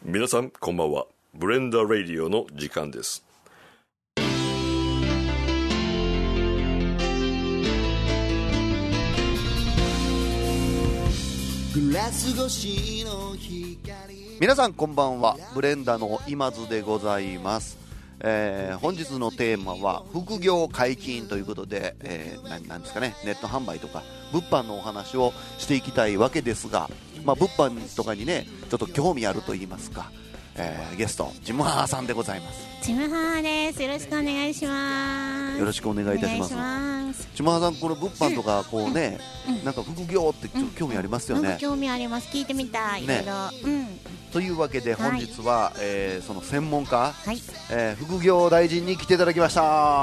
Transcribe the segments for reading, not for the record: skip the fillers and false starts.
皆さんこんばんは。ブレンダーラディオの時間です。 皆さんこんばんは。ブレンダーの今津でございます。本日のテーマは副業解禁ということで、なんですかね、ネット販売とか物販のお話をしていきたいわけですが、物販とかにねちょっと興味あると言いますか、ゲストジムハーさんでございます。 ジムハーです。よろしくお願いします。 よろしくお願いいたします。ジムハーさん、この物販とかこうね、なんか副業ってちょっと興味ありますよね。 なんか興味あります。聞いてみたい、いろいろ。 というわけで本日は、その専門家、副業大臣に来ていただきました。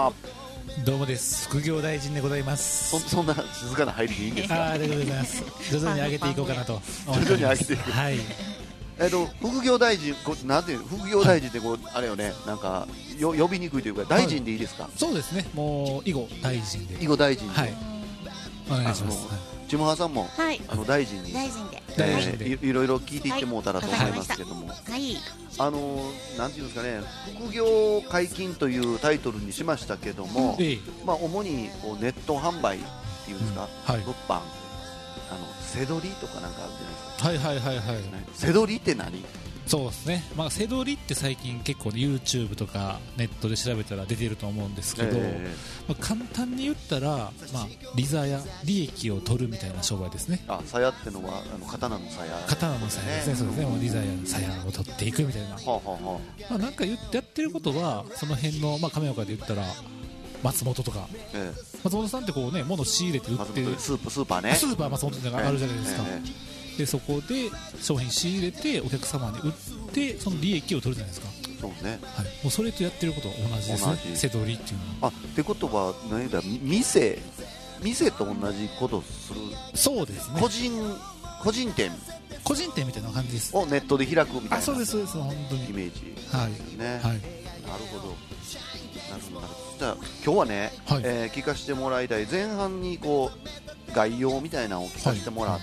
どうもです。副業大臣でございます。 そんな静かな入りでいいんですか？ ありがとうございます。徐々に上げていこうかなと。 徐々に上げていく。 はい。 副業大臣、なんていう副業大臣ってこうあれよね、なんか呼びにくいというか大臣でいいですか？ そうですね。もう囲碁大臣で。 囲碁大臣で。 はい。お願いします。 ジムハーさんも大臣にいろいろ聞いていってもうたらと思いますけども、なんていうんですかね、副業解禁というタイトルにしましたけども、主にこうネット販売っていうんですか、物販、背取りとかなんかあるじゃないですか。はい。背取りって何？ そうですね、背取りって最近結構、YouTube とかネットで調べたら出てると思うんですけど、簡単に言ったら、利ざや利益を取るみたいな商売ですね。 鞘ってのは刀の鞘、 刀の鞘ですね。そうですね、もう利ざや鞘を取っていくみたいな、なんかやってることはその辺の、亀岡で言ったら松本とか、松本さんってこうね、物仕入れて売ってるスーパーね、 スーパー松本ってのがあるじゃないですか。でそこで商品仕入れてお客様に売ってその利益を取るじゃないですか。 そうね、 もうそれとやってることは同じですね。背取りっていうのは。 ってことは何だ、店と同じことする。 そうですね、 個人店みたいな感じですをネットで開くみたいな。 そうです本当にイメージですね。なるほど。じゃあ今日はね、聞かせてもらいたい、前半にこう概要みたいなのを聞かせてもらって、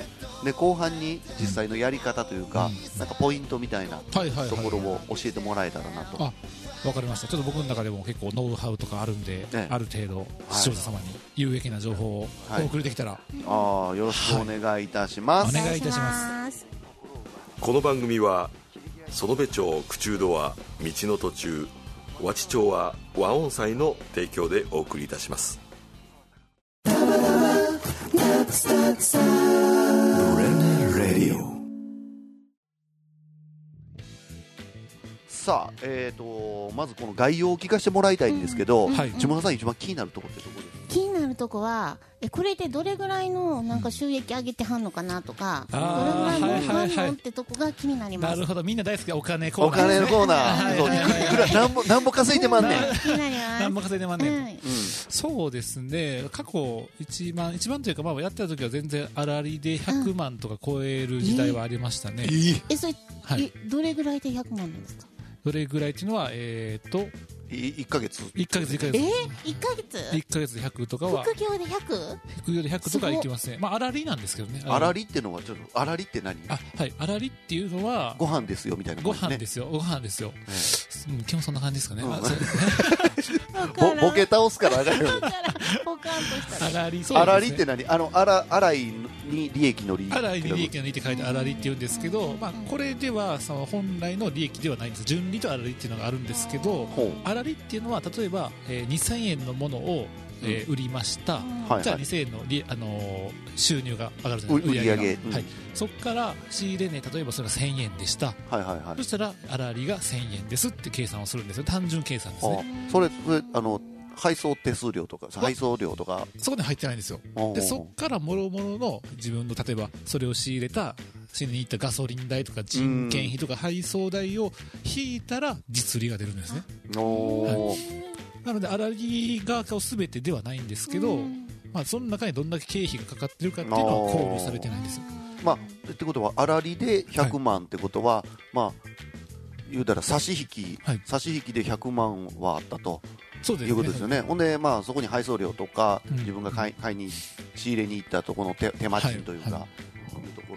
で後半に実際のやり方というか、なんかポイントみたいなところを教えてもらえたらなと。 わかりました。ちょっと僕の中でも結構ノウハウとかあるんで、ある程度視聴者様に有益な情報をお送りできたら、 よろしくお願いいたします。 お願いいたします。 この番組は園部町口中ドア道の途中和知町は和音祭の提供でお送りいたします。 さあ、まずこの概要を聞かせてもらいたいんですけど、ジムハさん一番気になるところってどこですか？ 気になるとこはこれでどれぐらいのなんか収益上げてはんのかなとか、どれぐらい儲かんのってとこが気になります。 なるほど、みんな大好きお金コーナー。 お金のコーナー、いくらなんぼ稼いでまんねん。 なんぼ稼いでまんねん。そうですね、過去一番というか、やってた時は全然粗利で100万とか超える時代はありましたね。 それどれぐらいで100万なんですか？ どれぐらいっていうのは 1ヶ月 1ヶ月で 100とかは副業で 100？ 副業で100とかいきますね。粗利なんですけどね。 粗利ってのはちょっと、粗利って何？ 粗利っていうのはご飯ですよみたいな。 ご飯ですよ。基本そんな感じですかね。 ボケ倒すからあかんよ。粗利って何？粗いに利益の利。 粗いに利益の利って書いて粗利って言うんですけど、これではその本来の利益ではないんです。純利と粗利っていうのがあるんですけど、粗利っていうのは例えば2000円のものを売りました。じゃあ2000円の収入が上がるじゃないですか。売り上げが。そこから仕入れ値、例えばそれが1000円でした。そしたら粗利が1000円ですって計算をするんですよ。単純計算ですね。 それ配送手数料とか配送料とかそこに入ってないんですよ。でそこからもろもろの自分の、例えばそれを仕入れた仕入れに行ったガソリン代とか人件費とか配送代を引いたら実利が出るんですね。なので粗利が全てではないんですけど、その中にどんだけ経費がかかってるかっていうのは考慮されてないんですよ。 ってことは粗利で100万ってことは、言うたら差し引きで100万はあったと。 そうですね、 いうことですよね。ほんで、そこに配送料とか、自分が買いに仕入れに行ったところの手間賃というか、いうところ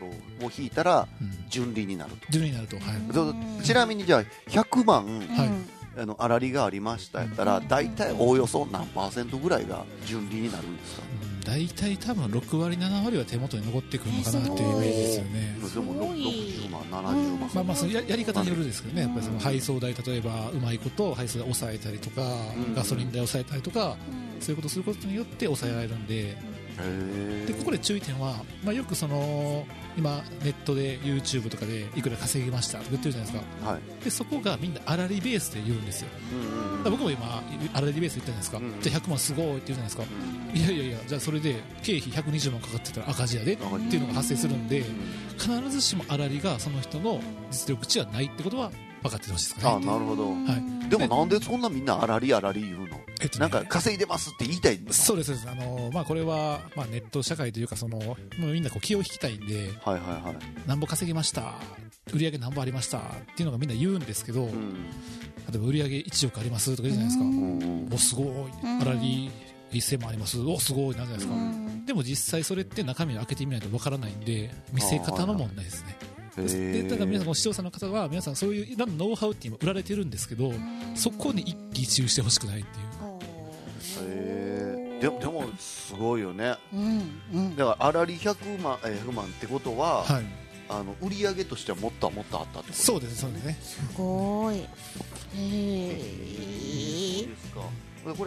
歩引いたら純利になると、 純利になると、はい、ちなみにじゃあ100万、 はい、 粗利がありましたやったら大体おおよそ何%ぐらいが純利になるんですか？ 大体多分6割7割は手元に残ってくるのかなっていうイメージですよね。 でも60万70万、 まあその やり方によるですけどね、やっぱりその配送代、例えばうまいこと配送代抑えたりとか、ガソリン代抑えたりとか、そういうことをすることによって抑えられるんで、でここで注意点は、まあ、よくその今ネットで YouTube とかでいくら稼ぎましたって言ってるじゃないですか、はい、でそこがみんな粗利ベースで言うんですよ、僕も今粗利ベースで言ったじゃないですか、じゃあ100万すごいって言うじゃないですか、いやじゃあそれで経費120万かかってたら赤字やでっていうのが発生するんで、必ずしも粗利がその人の実力値はないってことは分かっててほしいですかね。 なるほど、はい、でもなんでそんなみんな粗利言うの？なんか稼いでますって言いたいんですか？ そうです、まあ、これは、まあ、ネット社会というかもうみんなこう気を引きたいんで、はいはいはい、何ぼ稼ぎました売り上げ何ぼありましたっていうのがみんな言うんですけど、例えば売り上げ1億ありますとか言うじゃないですか、おすごい粗利1000万ありますおすごいなんじゃないですか、でも実際それって中身を開けてみないとわからないんで見せ方の問題ですね。でただ皆さん視聴者の方は皆さんそういうノウハウって今売られてるんですけど、そこに一喜一憂してほしくないっていう。 でもすごいよね、だから粗利100万ってことは、はい、売り上げとしてはもっとあったってこと？ そうですね。 すごい。 ですか。これ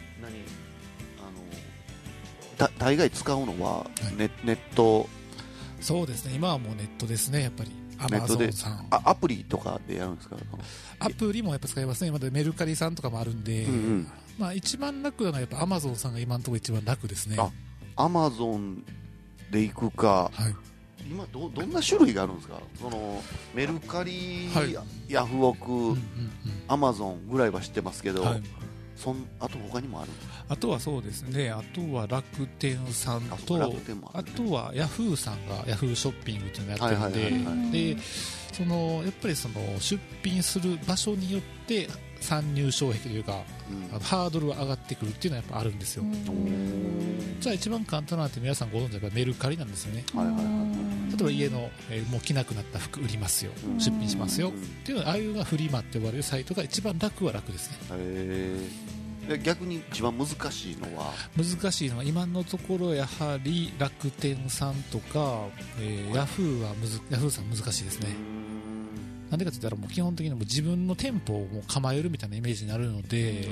大概使うのは、はい、ネット。 そうですね、今はもうネットですね、やっぱり。Amazon さん、 アプリとかでやるんですか？ アプリもやっぱ使いますね。今でメルカリさんとかもあるんで、まあ、一番楽なのはやっぱ Amazon さんが今のところ一番楽ですね。 Amazon で行くか、はい、今どんな種類があるんですか？メルカリ、はい、ヤフオク、Amazon ぐらいは知ってますけど、はい、あと他にもあるんですか？ あとはそうですね、あとは楽天さんと、あとはヤフーさんがヤフーショッピングっていうのをやってるんで、やっぱり出品する場所によって参入障壁というか、ハードルは上がってくるっていうのはやっぱあるんですよ。じゃあ一番簡単なって皆さんご存知のメルカリなんですよね。例えば家の、もう着なくなった服売りますよ、出品しますよっていうのは、ああいうのがフリマって呼ばれるサイトが一番楽は楽ですね。 逆に一番難しいのは今のところやはり楽天さんとか、ヤフーさん難しいですね。なんでかといったらもう基本的にも自分の店舗をもう構えるみたいなイメージになるので、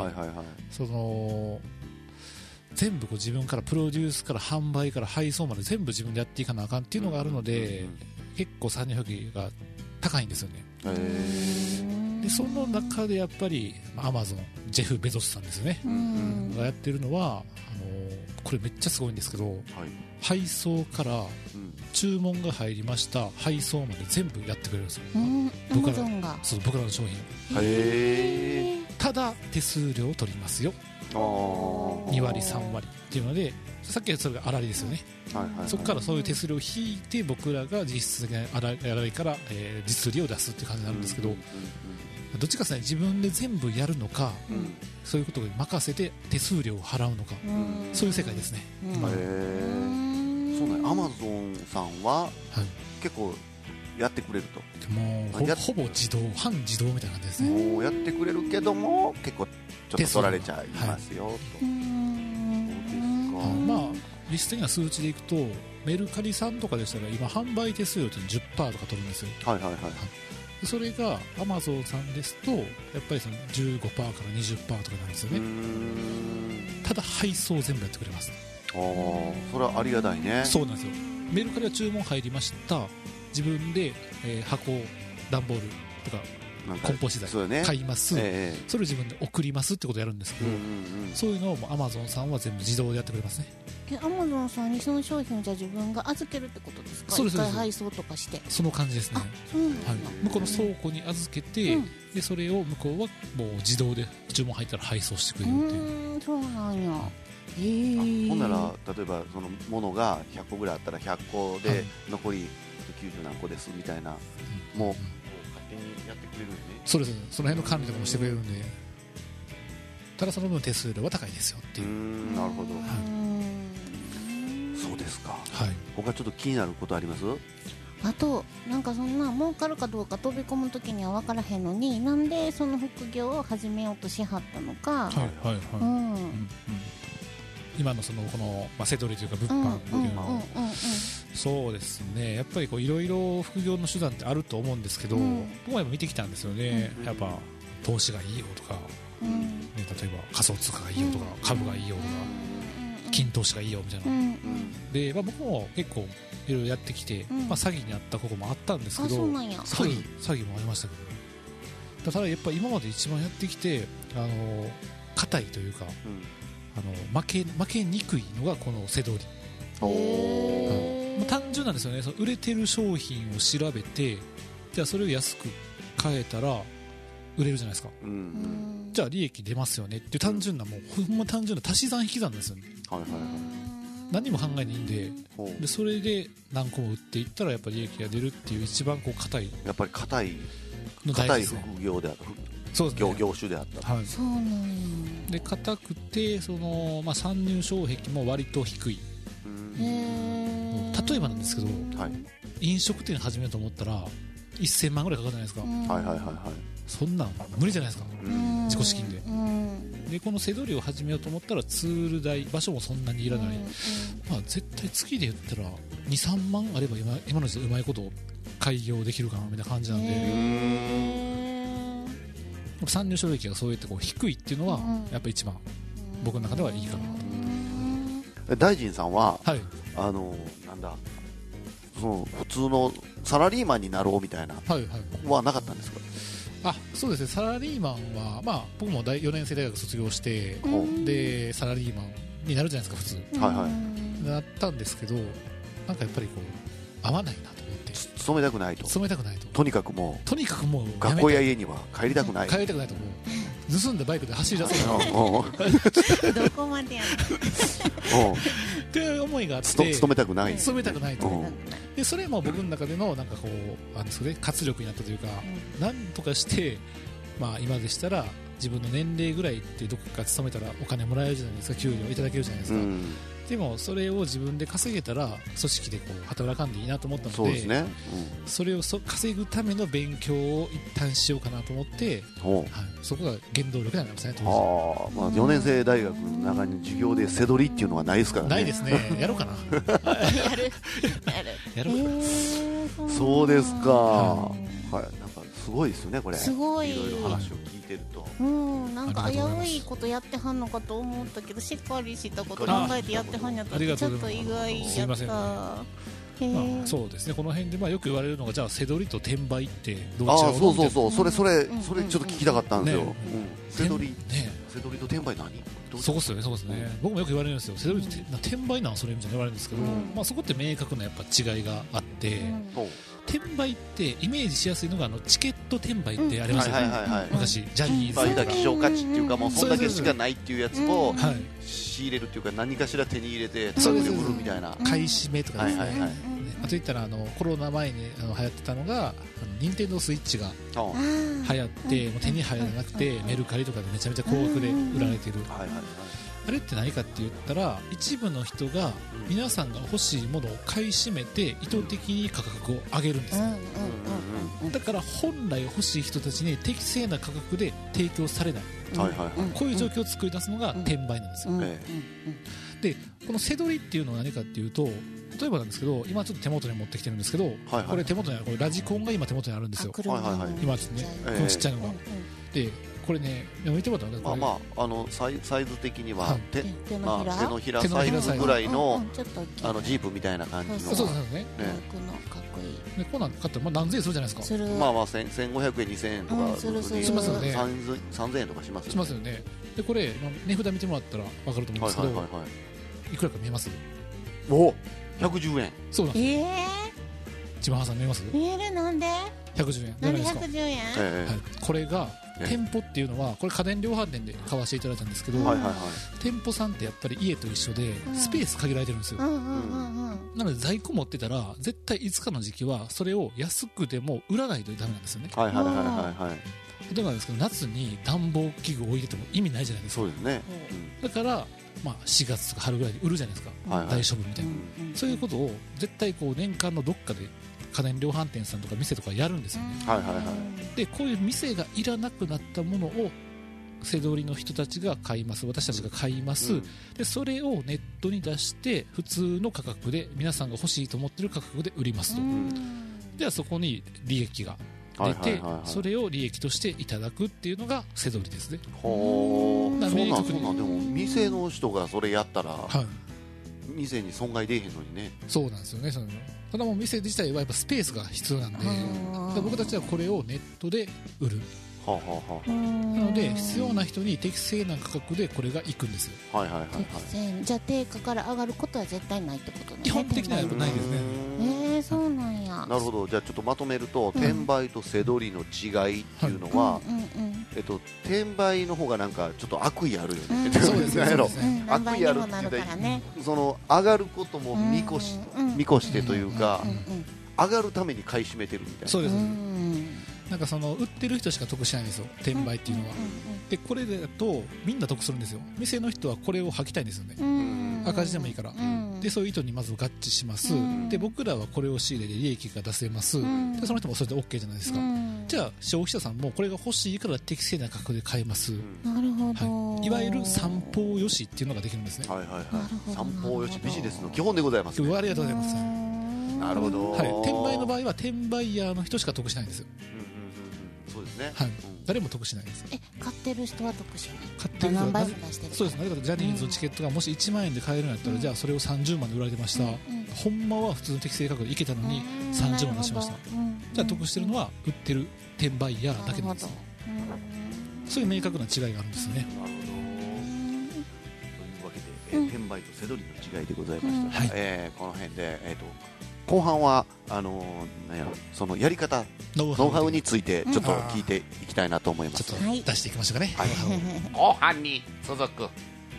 全部自分からプロデュースから販売から配送まで全部自分でやっていかなあかんっていうのがあるので、結構参入費が高いんですよね。でその中でやっぱりアマゾンジェフ・ベゾスさんですよね、がやってるのはこれめっちゃすごいんですけど、はい、配送から注文が入りました配送まで全部やってくれるんですよ、僕らの商品。ただ手数料を取りますよ、2割3割っていうので、さっきそれが粗利ですよね、そこからそういう手数料を引いて僕らが実質的な粗利から、実利を出すっていう感じになるんですけど、どっちかですね、自分で全部やるのか、そういうことに任せて手数料を払うのか、そういう世界ですね。 そうね、アマゾンさんは、結構やってくれると、 もうほぼ自動半自動みたいな感じですね。 もうやってくれるけども結構ちょっと取られちゃいますよ、と。 まあリスト的な数値でいくとメルカリさんとかでしたら今販売手数料って 10% とか取るんですよ。それがアマゾンさんですとやっぱり15% から 20% とかなんですよね。ただ配送全部やってくれます。 それはありがたいね。 そうなんですよ。メルカリは注文入りました、自分で、箱段ボールとか梱包資材買います、それを自分で送りますってことをやるんですけど、そういうのをアマゾンさんは全部自動でやってくれますね。 アマゾンさんにその商品をじゃあ自分が預けるってことですか？ そうです。 一回配送とかしてその感じですね。向こうの倉庫に預けて、でそれを向こうはもう自動で注文入ったら配送してくれるっていう。 そうなんや。 ほんなら例えばそのものが100個ぐらいあったら100個で残り90何個ですみたいな、もう勝手にやってくれるんでね。 そうです。その辺の管理とかもしてくれるんで、ただその分手数料は高いですよっていう。 なるほど。そうですか。他ちょっと気になることあります？ あとなんかそんな儲かるかどうか飛び込む時には分からへんのに、なんでその副業を始めようとしはったのか。 今のこのセドリというか物販っていうのは、そうですね、やっぱりいろいろ副業の手段ってあると思うんですけど、僕も見てきたんですよね。やっぱ投資がいいよとか、例えば仮想通貨がいいよとか、株がいいよとか、金投資がいいよみたいな。で、僕も結構いろいろやってきて、詐欺にあったこともあったんですけど、詐欺もありましたけど、ただやっぱ今まで一番やってきて硬いというか、負けにくいのがこのセドリ。単純なんですよね。売れてる商品を調べて、じゃあそれを安く買えたら売れるじゃないですか。じゃあ利益出ますよねっていう単純な、もうほんま単純な足し算引き算なんですよね。何も考えないんで、それで何個も売っていったらやっぱり利益が出るっていう一番硬い、 やっぱり硬い副業であった、業種であった。 そうなんで、硬くて参入障壁も割と低い。例えばなんですけど、飲食店始めようと思ったら1000万ぐらいかかるじゃないですか。そんなん無理じゃないですか、自己資金で。でこのセドリを始めようと思ったらツール代、場所もそんなにいらない、絶対月で言ったら 2,3 万あれば今の時代うまいこと開業できるかなみたいな感じなんで、参入障壁がそうやって低いっていうのはやっぱ一番僕の中ではいいかなと。 大臣さんは、なんだ、普通のサラリーマンになろうみたいなはなかったんですか？ そうですね、サラリーマンは、僕も4年生大学卒業して、でサラリーマンになるじゃないですか普通。なったんですけど、なんかやっぱり合わないなと思って。 勤めたくないと。とにかくもう学校や家には帰りたくないと。もう盗んだバイクで走り出そうどこまでやるっていう思いがあって、 勤めたくないと。でそれも僕の中での活力になったというか、なんとかして、今でしたら自分の年齢ぐらいってどこか勤めたらお金もらえるじゃないですか、給料いただけるじゃないですか。でもそれを自分で稼げたら組織で働かんでいいなと思ったので、それを稼ぐための勉強を一旦しようかなと思って、そこが原動力になりましたね、当時。 4年生大学の中に授業でセドリっていうのはないですからね。 ないですね。やろうかな。やろうかな。 そうですか。なんかすごいですよねこれ。 すごい。 いろいろ話を聞いてると。 なんか危ういことやってはんのかと思ったけど、しっかりしたこと考えてやってはんやったってちょっと意外やった。 そうですね、この辺でよく言われるのが、じゃあセドリと転売ってどう違うの？ そうそれちょっと聞きたかったんですよ。セドリと転売何？ そうですよね。僕もよく言われるんですよ。セドリと転売なんそれみたいに言われるんですけど、そこって明確なやっぱ違いがあって、転売ってイメージしやすいのがチケット転売ってありましたよね。昔ジャニーズ希少価値っていうか、もうそんだけしかないっていうやつを仕入れるっていうか、何かしら手に入れて高くで売るみたいな。 買い占めとかですね。あと言ったらコロナ前に流行ってたのが任天堂スイッチが流行って、もう手に入らなくてメルカリとかでめちゃめちゃ高額で売られてる。あれって何かって言ったら、一部の人が皆さんが欲しいものを買い占めて意図的に価格を上げるんです。だから本来欲しい人たちに適正な価格で提供されない、こういう状況を作り出すのが転売なんですよ。でこのセドリっていうのは何かっていうと、例えばなんですけど、今ちょっと手元に持ってきてるんですけど、これ手元にある、これラジコンが今手元にあるんですよ。今ですね、このちっちゃいのが。でこれね、見てもらったらサイズ的には手のひらサイズぐらいのジープみたいな感じの。 そうですね。 かっこいい。 こんなん買ったら何千円するじゃないですか。 1500円2000円とかしますよね。 3000円とかしますよね。でこれ値札見てもらったら分かると思うんですけど、いくらか見えます？ お、110円。 そうなんです。千葉さん見えます？ 見える。なんで 110円じゃないですか。 110円。 これが店舗っていうのは、これ家電量販店で買わせていただいたんですけど、店舗さんってやっぱり家と一緒でスペース限られてるんですよ。なので在庫持ってたら絶対いつかの時期はそれを安くでも売らないとダメなんですよね。例えばですけど、夏に暖房器具を置いてても意味ないじゃないですか。 そうですね。 だから4月とか春ぐらいに売るじゃないですか、大処分みたいな。そういうことを絶対年間のどっかで家電量販店さんとか店とかやるんですよね。でこういう店がいらなくなったものを背取りの人たちが買います、私たちが買います、でそれをネットに出して普通の価格で皆さんが欲しいと思ってる価格で売りますと。ではそこに利益が出て、それを利益としていただくっていうのが背取りですね。 そうなんでも店の人がそれやったら、店に損害出えへんのにね。 そうなんですよね。ただもう店自体はやっぱスペースが必要なんで、僕たちはこれをネットで売る。なので必要な人に適正な価格でこれがいくんですよ。 じゃあ定価から上がることは絶対ないってことね。 基本的にはないですね。 そうなんや。 なるほど。じゃあちょっとまとめると、転売と背取りの違いっていうのは、転売の方がなんかちょっと悪意あるよね。 そうですね。 悪意あるっていうか、その上がることも見越してというか、上がるために買い占めてるみたいな。 そうです。なんかその売ってる人しか得しないんですよ、転売っていうのは。でこれだとみんな得するんですよ。店の人はこれを履きたいんですよね。赤字でもいいから。でそういう意図にまず合致します。で僕らはこれを仕入れで利益が出せます。でその人もそれで OK じゃないですか。じゃあ消費者さんもこれが欲しいから適正な価格で買えます。 なるほど。 いわゆる三方よしっていうのができるんですね。 三方よし、ビジネスの基本でございます。 ありがとうございます。 なるほど。 転売の場合は転売ヤーの人しか得しないんですよ。 そうですね。 誰も得しないです。 買ってる人は得しない。 買ってる人は何倍も出してる。 そうですね。だからジャニーズのチケットがもし1万円で買えるんやったら、じゃあそれを30万で売られてました。ほんまは普通の適正価格でいけたのに30万出しました。じゃあ得してるのは売ってる転売ヤーだけなんです。そういう明確な違いがあるんですね。 なるほど。というわけで、転売と背取りの違いでございました。この辺で後半はそのやり方、ノウハウについてちょっと聞いていきたいなと思います。 ちょっと出していきましょうかね。 後半に続く。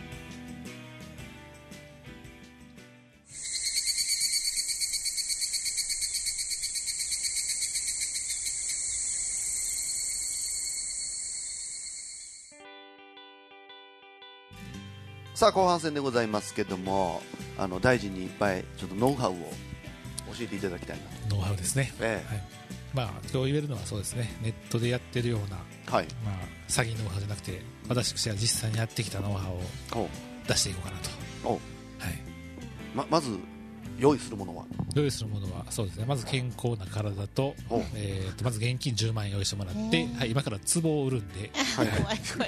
さあ後半戦でございますけども、大臣にいっぱいちょっとノウハウを教えていただきたいな。 ノウハウですね。まあ今日言えるのはそうですね。ネットでやってるような、まあ詐欺ノウハウじゃなくて、私は実際にやってきたノウハウを出していこうかなと。 まず用意するものはそうですね。まず健康な体と、まず現金10万円用意してもらって、今から壺を売るんで。 怖い。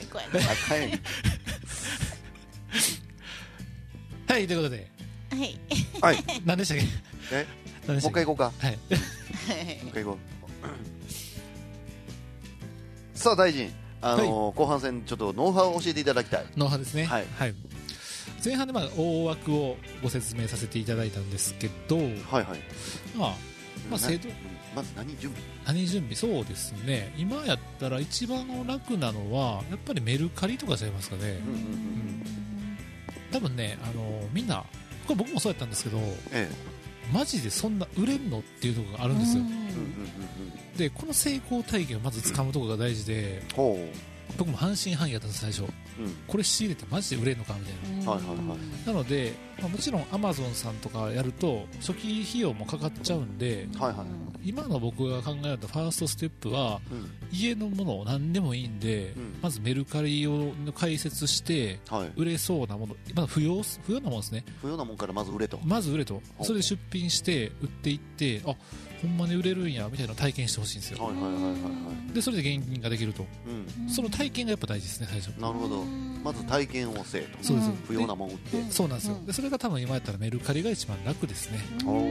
はい、ということで。何でしたっけ？ もう一回行こうか。 もう一回行こう。さあ大臣、後半戦ちょっとノウハウを教えていただきたい。 ノウハウですね。前半で大枠をご説明させていただいたんですけど、まず何準備、そうですね。今やったら一番楽なのはやっぱりメルカリとかちゃいますかね。多分ね、みんなこれ僕もそうやったんですけど、マジでそんな売れんのっていうところがあるんですよ。でこの成功体験をまず掴むところが大事で、僕も半信半疑だったんです最初。これ仕入れてマジで売れるのかみたいな。なので、もちろんアマゾンさんとかやると初期費用もかかっちゃうんで、今の僕が考えたファーストステップは、家のものを何でもいいんで、まずメルカリを開設して、売れそうなもの、まだ不要なものですね。 不要なものからまず売れと。 それで出品して売っていって、あ、ほんまに売れるんやみたいな体験してほしいんですよ。でそれで現金ができると、その体験がやっぱ大事ですね最初。 なるほど。まず体験をせえと。 そうです。 不要なもん売って。 そうなんですよ。でそれが多分今やったらメルカリが一番楽ですね。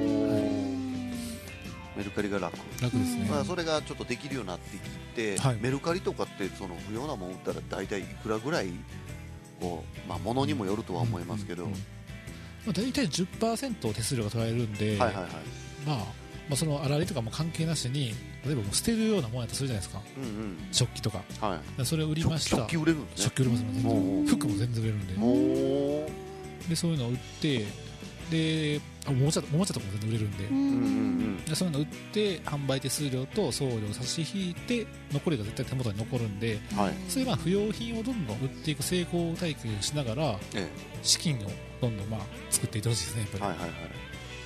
メルカリが楽ですね。 それがちょっとできるようになってきて、メルカリとかってその不要なもん売ったら大体いくらぐらい物にもよるとは思いますけど、 大体 10% 手数料が取られるんで、その粗利とかも関係なしに、例えばもう捨てるようなもんやったとするじゃないですか。食器とか、それを売りました。 食器売れるんですね。 食器売れますね。服も全然売れるんで。でそういうのを売って、でおもちゃとかも全然売れるんで、そういうのを売って販売手数料と送料差し引いて残りが絶対手元に残るんで、そういう不要品をどんどん売っていく成功体験をしながら、資金をどんどん作っていってほしいですねやっぱり。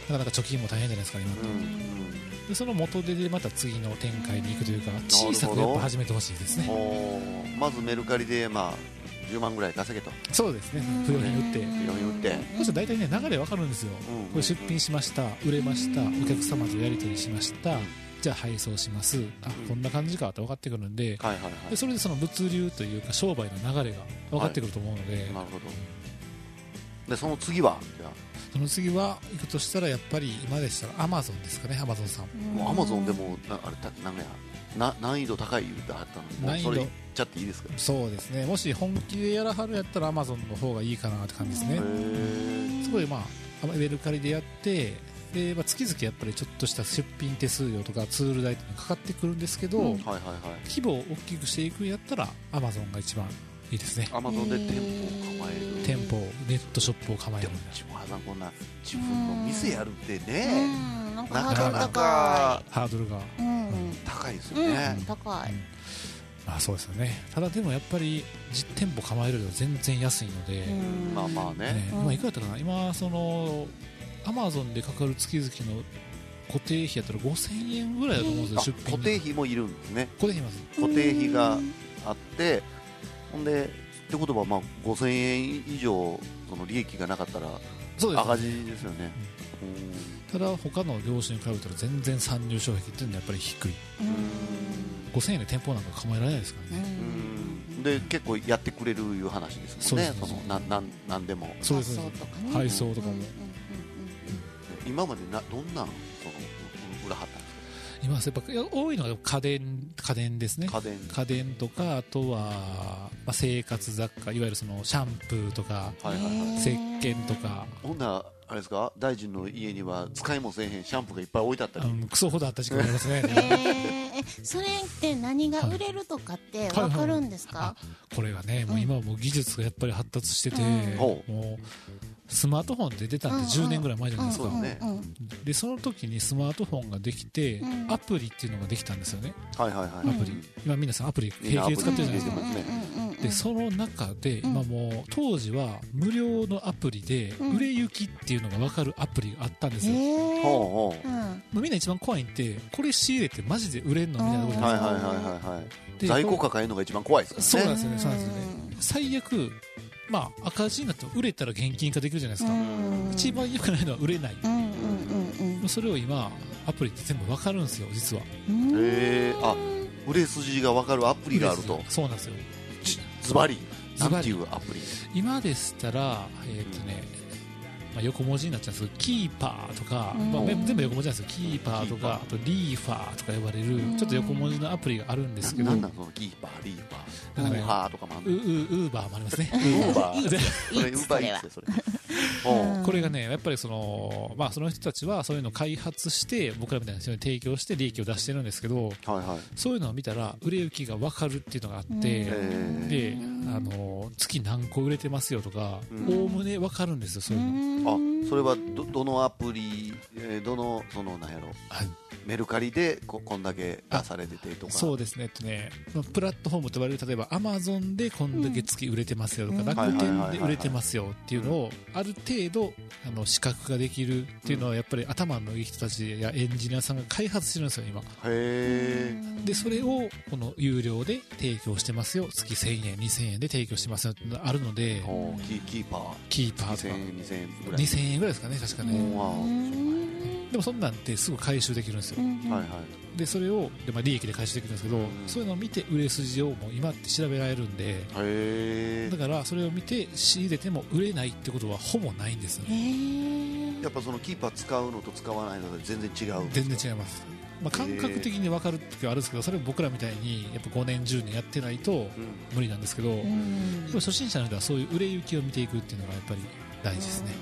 なかなか貯金も大変じゃないですか今、でその元手でまた次の展開に行くというか、小さくやっぱ始めてほしいですね。 まずメルカリで10万ぐらい稼げと。 そうですね、不用品売ってそして大体ね流れ分かるんですよ。これ出品しました、売れました、お客様とやり取りしました、じゃあ配送します、こんな感じかって分かってくるんで、でそれでその物流というか商売の流れが分かってくると思うので、 なるほど。でその次はその次は行くとしたらやっぱり今でしたらアマゾンですかね。アマゾンさん、 アマゾンでもあれ難易度高い言うてはったので、もうそれ言っちゃっていいですか？ そうですね、もし本気でやらはるやったらアマゾンの方がいいかなって感じですね。そこでメルカリでやってで、月々やっぱりちょっとした出品手数料とかツール代とかかかってくるんですけど、規模を大きくしていくんやったらアマゾンが一番いいですね。 アマゾンで店舗を構える、 ネットショップを構える。 こんな自分の店やるってね、 なかなかハードルが高いですよね。 高い。 そうですよね。ただでもやっぱり実店舗構えるよりは全然安いので、今いくらだったかな、今そのアマゾンでかかる月々の固定費やったら5000円ぐらいだと思うんですよ。 固定費もいるんですね。 固定費があって、ほんでってことは5000円以上その利益がなかったら赤字ですよね。 ただ他の業種に比べたら全然参入障壁っていうのはやっぱり低い。5000円で店舗なんか構えられないですからね。 で結構やってくれるいう話ですもんね。なんでもそうですね、配送とかも。 今までどんな裏はったんですか？ 今やっぱ多いのが家電ですね。家電とか、あとは生活雑貨、いわゆるそのシャンプーとか石鹸とか。 ほんなあれですか、大臣の家には使いもせえへんシャンプーがいっぱい置いてあったり、 クソほどあった時期がありますね。 それって何が売れるとかって分かるんですか？ これがね、もう今はもう技術がやっぱり発達してて、もうスマートフォンって出たんで10年ぐらい前じゃないですか。でその時にスマートフォンができて、アプリっていうのができたんですよね。アプリ、今皆さんアプリ平気で使ってるじゃないですか。でその中で今もう当時は無料のアプリで売れ行きっていうのが分かるアプリがあったんですよ。みんな一番怖いんで、これ仕入れてマジで売れんのみたいなところじゃないですか。 在庫抱えるのが一番怖いですからね。 そうなんですよね。最悪赤字になっても売れたら現金化できるじゃないですか。一番良くないのは売れない。それを今アプリって全部分かるんですよ、実は。 売れ筋が分かるアプリがあると。 そうなんですよ。 ズバリなんていうアプリ？ 今でしたら横文字になっちゃうんですけど、キーパーとか、全部横文字なんですよ。キーパーとか、あとリーファーとか呼ばれるちょっと横文字のアプリがあるんですけど、 なんだそのキーパー、リーファー、ウーハーとかもある。 ウーバーもありますね。 ウーバー、それウーバーいいですよそれ。 これがね、やっぱりその人たちはそういうのを開発して僕らみたいな人に提供して利益を出してるんですけど、そういうのを見たら売れ行きが分かるっていうのがあって、で月何個売れてますよとかおおむね分かるんですよ、そういうの。 それはどのアプリ、どのそのなんやろ、メルカリでこんだけ出されててとか。 そうですね、プラットフォームと呼ばれる、例えばアマゾンでこんだけ月売れてますよとか、楽天で売れてますよっていうのをある程度視覚ができるっていうのはやっぱり頭のいい人たちやエンジニアさんが開発してるんですよ今。でそれをこの有料で提供してますよ、月1000円2000円で提供してますよっていうのがあるので、 キーパーとか 2000円ぐらい、 2000円ぐらいですかね、確かね。でもそんなんってすぐ回収できるんですよ。でそれを利益で回収できるんですけど、そういうのを見て売れ筋をもう今って調べられるんで、だからそれを見て仕入れても売れないってことはほぼないんですよね。 やっぱそのキーパー使うのと使わないので全然違う。 全然違います。感覚的に分かる時はあるんですけど、それを僕らみたいにやっぱ5年10年やってないと無理なんですけど、初心者の人はそういう売れ行きを見ていくっていうのがやっぱり大事ですね。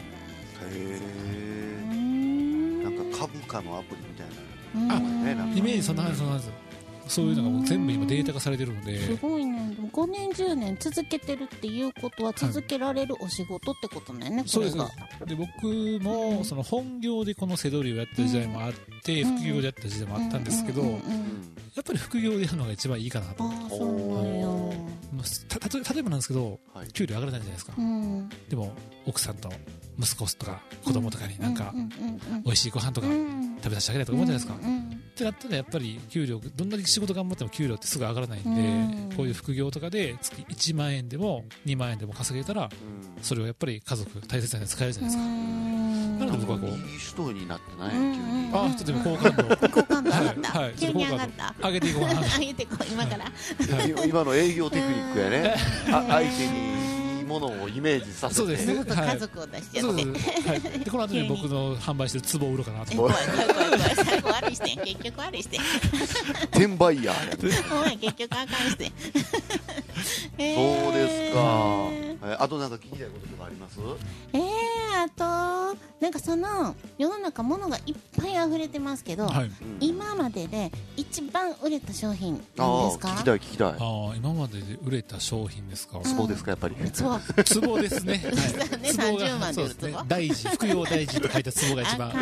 なんか株価のアプリみたいな、 イメージそんなはずそういうのがもう全部今データ化されてるので。 すごいね。5年10年続けてるっていうことは続けられるお仕事ってことだよね、これが。 で僕もその本業でこのセドリをやってる時代もあって、副業でやった時代もあったんですけど、やっぱり副業でやるのが一番いいかなと。 例えばなんですけど、給料上がらないじゃないですか、でも奥さんと息子とか子供とかになんか美味しいご飯とか食べさせてあげたいとか思うじゃないですか、ってなったらやっぱり給料どんだけ仕事頑張っても給料ってすぐ上がらないんで、こういう副業とかで月1万円でも2万円でも稼げたら、それをやっぱり家族大切なに使えるじゃないですか。なので僕はこういい人になってない急に。 ちょっと今好感度上がった急に上がった。 上げていこうかな。 上げていこう今から。 今の営業テクニックやね。相手にいいものをイメージさせて。 そうですね。 家族を出しちゃって。 でこの後に僕の販売してる壺を売ろうかなと。 怖い最後悪いしてん結局悪いしてん。 転売ヤーやね。 お前結局あかんしてん。 そうですか。あとなんか聞きたいこととかあります？ あとなんかその世の中物がいっぱい溢れてますけど、今までで一番売れた商品なんですか？ 聞きたい。 今までで売れた商品ですか？ 壺ですかやっぱり。 壺ですね。 30万で売る壺。 大事服用大事と書いた壺が一番。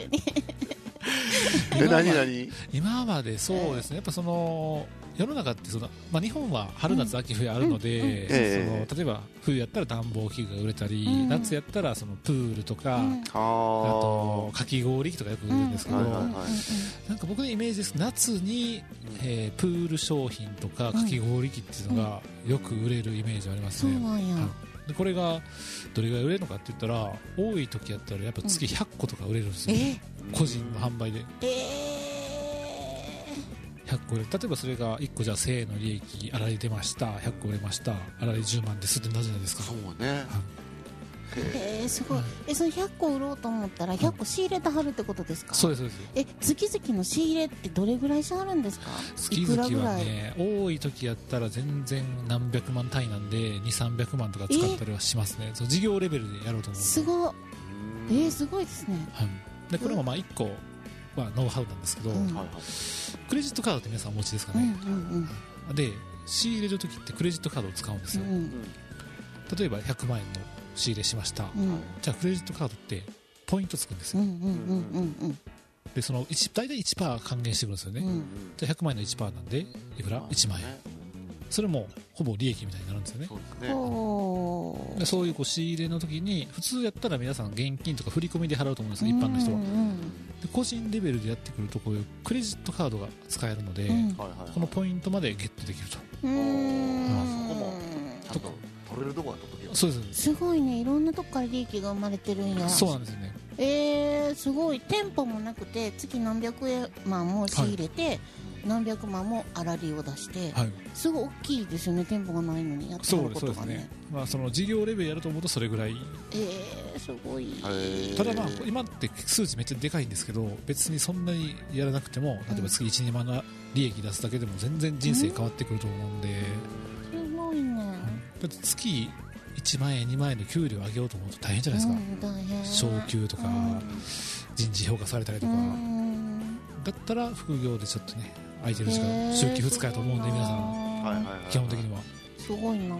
何？ 今までそうですね。やっぱその世の中って日本は春夏秋冬あるので、例えば冬やったら暖房器具が売れたり、夏やったらそのプールとか、あとかき氷機とかよく売るんですけど、なんか僕のイメージです。夏に、プール商品とかかき氷機っていうのがよく売れるイメージありますね。でこれがどれぐらい売れるのかって言ったら、多い時やったらやっぱ月100個とか売れるんですよ、個人の販売で。100個売れる。例えばそれが1個じゃあ1000円の利益粗利出ました、100個売れました、粗利10万ですってなるじゃないですか。 そうね。 すごい。その100個売ろうと思ったら100個仕入れてはるってことですか？ そうですそうです。 月々の仕入れってどれぐらいしはるんですか？ 月々はね、多い時やったら全然何百万単位なんで2、300万とか使ったりはしますね。事業レベルでやろうと思う。すごい。すごいですね。 でこれも1個ノウハウなんですけど、クレジットカードって皆さんお持ちですかね。で仕入れる時ってクレジットカードを使うんですよ。例えば100万円の仕入れしました、じゃあクレジットカードってポイントつくんですよ。でその大体 1% 還元してくるんですよね。じゃあ100万円の 1% なんでいくら1万円、それもほぼ利益みたいになるんですよね。でそういう仕入れの時に普通やったら皆さん現金とか振り込みで払うと思うんですよ、一般の人は。で個人レベルでやってくるとこういうクレジットカードが使えるので、このポイントまでゲットできると。 そこもちゃんと取れるとこは取っとけよ。 そうです。 すごいね。いろんなとこから利益が生まれてるんや。 そうなんですよね。すごい。店舗もなくて月何百万も仕入れて、何百万も粗利を出して、すごい大きいですよね。店舗がないのにやってることがね。 その事業レベルやると思うとそれぐらい。 すごい。 ただ今って数値めっちゃでかいんですけど、別にそんなにやらなくても、例えば月 1,2 万の利益出すだけでも全然人生変わってくると思うんで。 すごいね。 だって月1万円2万円の給料上げようと思うと大変じゃないですか。昇給とか人事評価されたりとか。だったら副業でちょっとね空いてる時間週休2日やと思うんで、皆さん基本的にはすごいな。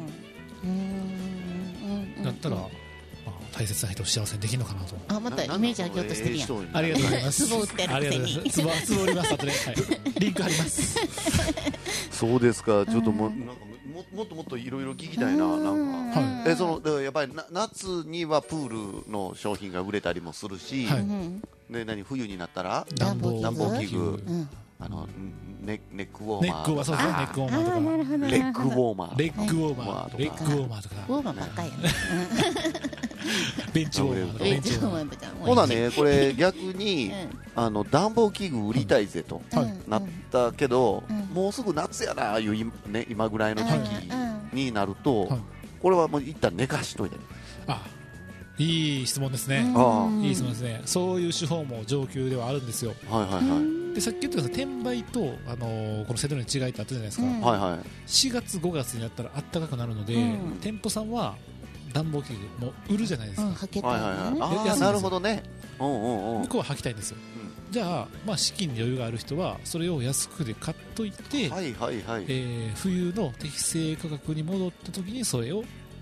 だったら大切な人を幸せにできるのかなと。 またイメージ上げようとしてるやん。 ありがとうございます。 壺売ってる。 ありがとうございます。壺売ります。後でリンク貼ります。 そうですか。ちょっともっともっといろいろ聞きたいな。なんかやっぱり夏にはプールの商品が売れたりもするし、冬になったら暖房器具、ネックウォーマー、 ネックウォーマーとか、 レッグウォーマー、 レッグウォーマーとか、レッグウォーマーとか、 ウォーマーばっかりやね。 ベンチウォーマーとか、ベンチウォーマーとか。 ほなね、これ逆に暖房器具売りたいぜとなったけど、もうすぐ夏やないう今ぐらいの時期になると、これはもう一旦寝かしといて。 いい質問ですね。いい質問ですね。そういう手法も上級ではあるんですよ。でさっき言った転売とこのセドリの違いってあったじゃないですか。4月5月になったら暖かくなるので、店舗さんは暖房器具も売るじゃないですか。 なるほどね。 向こうは履きたいんですよ。じゃあ資金に余裕がある人はそれを安くで買っといて、冬の適正価格に戻った時にそれを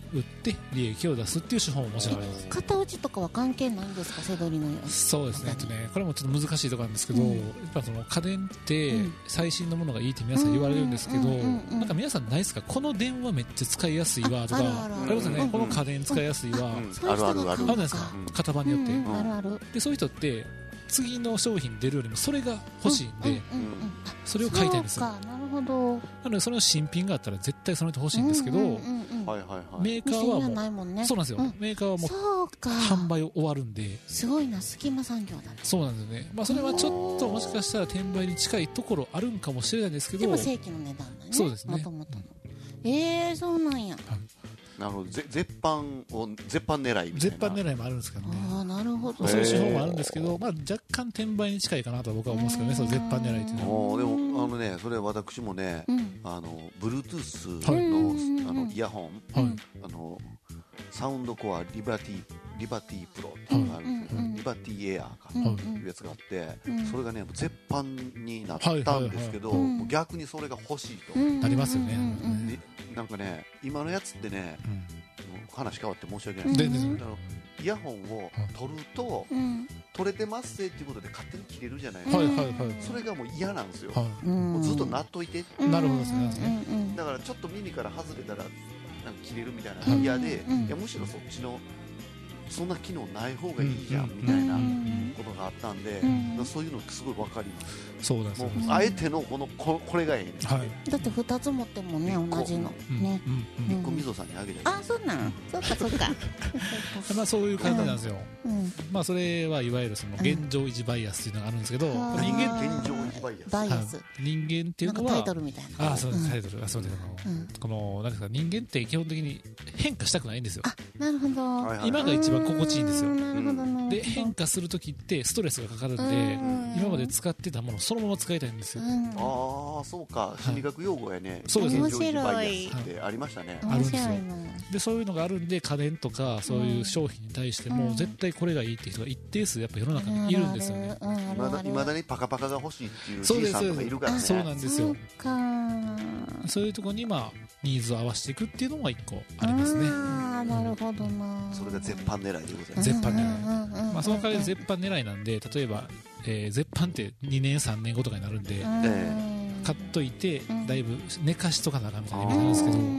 売って利益を出すっていう手法ももちろんあります。 型打ちとかは関係ないんですか、セドリのように。 そうですね、これもちょっと難しいところなんですけど、やっぱその家電って最新のものがいいって皆さん言われるんですけど、なんか皆さんないですか、この電話めっちゃ使いやすいわとか、ありますよね、この家電使いやすいわ、 あるあるある、 あるんですか、型番によって。 あるある。 でそういう人って次の商品出るよりもそれが欲しいんで、それを買いたいんですよ。 なるほど。 なのでその新品があったら絶対その人欲しいんですけど、メーカーはもうそうなんですよ、メーカーはもう販売終わるんで、 すごいな、隙間産業だね。 そうなんですよね。それはちょっともしかしたら転売に近いところあるんかもしれないですけど、 でも正規の値段だね。 そうですね、 もともとの。そうなんや。 なるほど、絶版狙いみたいな。 絶版狙いもあるんですけどね。 なるほど。 そういう手法もあるんですけど、若干転売に近いかなと僕は思うんですけどね、その絶版狙いっていうのは。 でもそれ私もね、Bluetooth のイヤホン、サウンドコアリバティプロっていうのがあるんですけど、リバティエアーかいうやつがあって、それがね絶版になったんですけど、逆にそれが欲しいとなりますよね。 なんかね、今のやつってね、話変わって申し訳ないですけど、イヤホンを取ると取れてますっていうことで勝手に切れるじゃないですか。それがもう嫌なんですよ。もうずっとなっといて。 なるほどですね。 だからちょっと耳から外れたらなんか切れるみたいなの嫌で、いやむしろそっちのそんな機能ない方がいいじゃんみたいなことがあったんで、そういうのすごい分かります。 そうなんですよ。 あえてのこれがいいね。 だって2つ持ってもね、同じのね。 1個みぞさんにあげたい。 そうなん。そっかそっか。 そういう感じなんですよ。それはいわゆるその現状維持バイアスっていうのがあるんですけど、 人間現状維持バイアス。 人間っていうのはタイトルみたいな。 そうです、タイトル。そうです。このなんですか、人間って基本的に変化したくないんですよ。 なるほど。 今が一番心地いいんですよ。 なるほど。 で変化するときってストレスがかかるんで、今まで使ってたものをそのまま使いたいんですよ。 そうか、心理学用語やね。 そうです。 面白いってありましたね。 あるんですよ。でそういうのがあるんで、家電とかそういう商品に対しても絶対これがいいっていう人が一定数やっぱ世の中にいるんですよね。 いまだにパカパカが欲しいっていうじいさんとかいるからね。 そうなんですよ。そういうところにニーズを合わせていくっていうのが一個ありますね。 なるほどな。 それが絶版狙いでございます。 絶版狙い。その代わり絶版狙いなんで、例えば絶版って2年3年後とかになるんで、買っといてだいぶ寝かしとかなあかんみたいなイメージなんですけど、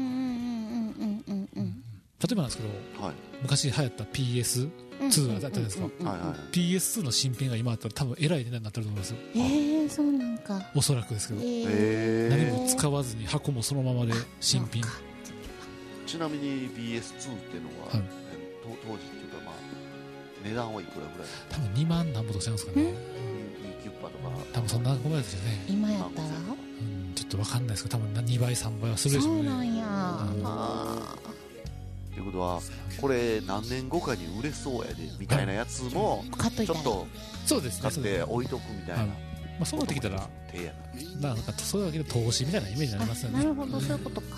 例えばなんですけど、昔流行った PS2 だったじゃないですか。PS2 の新品が今あったら多分えらい値段になってると思いますよ。 そうなんか。 おそらくですけど、何も使わずに箱もそのままで新品。 ちなみに PS2 っていうのは当時っていうか値段はいくらぐらい？ 多分2万何ぼとしてますかね。 2キュッパとか多分そんなごめんですよね。 今やったらちょっと分かんないですけど、多分2倍3倍はするでしょうね。 そうなんや。 ということはこれ何年後かに売れそうやでみたいなやつもちょっと買って置いとくみたいな。 そうなってきたらなんかそういうわけで投資みたいなイメージになりますよね。 なるほど、そういうことか。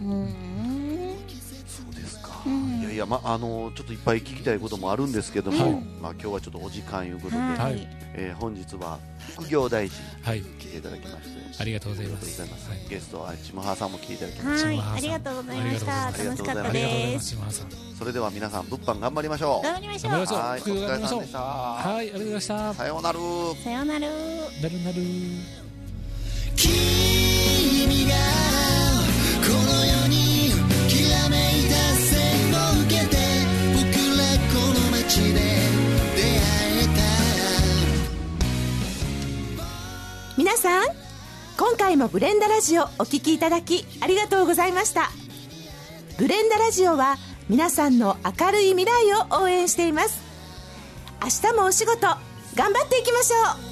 そうですか。いやいや、ちょっといっぱい聞きたいこともあるんですけども、今日はちょっとお時間いうことで、本日は副業大臣来ていただきましてありがとうございます。 ゲストはちむはさんも来ていただきました。 ありがとうございました。楽しかったです。 それでは皆さん物販頑張りましょう。 頑張りましょう。 はい、お疲れ様でした。 はい、ありがとうございました。 さようなる。 さようなる。 なるなる。 君がこの世にきらめいた線を受けて、僕らこの街で出会えた。 皆さん、今回もブレンダラジオお聞きいただきありがとうございました。ブレンダラジオは皆さんの明るい未来を応援しています。明日もお仕事頑張っていきましょう。